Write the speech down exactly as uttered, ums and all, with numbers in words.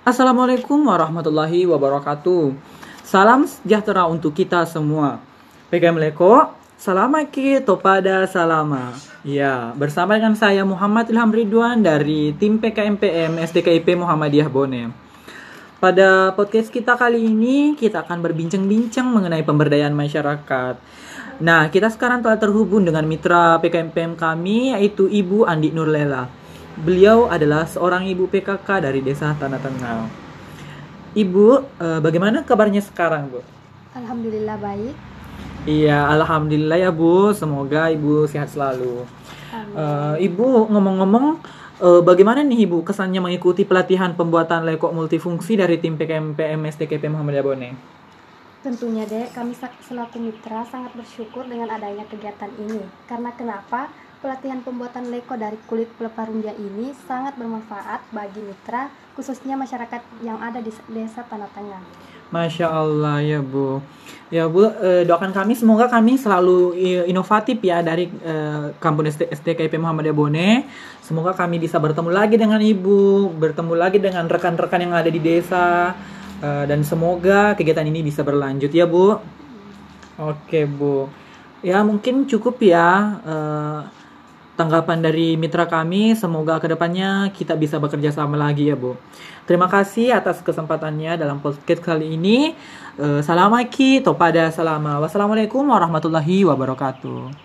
Assalamualaikum warahmatullahi wabarakatuh. Salam sejahtera untuk kita semua. P K M Leko, salamaki topada salama. Ya, bersama dengan saya Muhammad Ilham Ridwan dari tim P K M P M S D K I P Muhammadiyah Bone. Pada podcast kita kali ini, kita akan berbincang-bincang mengenai pemberdayaan masyarakat. Nah, kita sekarang telah terhubung dengan mitra P K M P M kami, yaitu Ibu Andi Nurlela. Beliau adalah seorang ibu P K K dari Desa Tanah Tengah. Ibu, eh, bagaimana kabarnya sekarang, Bu? Alhamdulillah baik. Iya, alhamdulillah ya, Bu. Semoga Ibu sehat selalu. Amin. Eh, Ibu, ngomong-ngomong, eh, bagaimana nih Ibu kesannya mengikuti pelatihan pembuatan lekok multifungsi dari tim P K M P M S D K P Muhammadiyah Bone? Tentunya Dek, kami selaku mitra sangat bersyukur dengan adanya kegiatan ini. Karena kenapa? Pelatihan pembuatan leko dari kulit pelepah rumbia ini sangat bermanfaat bagi mitra, khususnya masyarakat yang ada di Desa Tanah Tengah. Masya Allah ya, Bu. Ya, Bu, eh, doakan kami semoga kami selalu eh, inovatif ya dari eh, kampus S D K I P Muhammadiyah Bone. Semoga kami bisa bertemu lagi dengan Ibu, bertemu lagi dengan rekan-rekan yang ada di desa, eh, dan semoga kegiatan ini bisa berlanjut ya, Bu. Oke, Bu. Ya, mungkin cukup ya eh, tanggapan dari mitra kami. Semoga kedepannya kita bisa bekerja sama lagi ya, Bu. Terima kasih atas kesempatannya dalam podcast kali ini. Eh, Salamaki topada salama. Wassalamualaikum warahmatullahi wabarakatuh.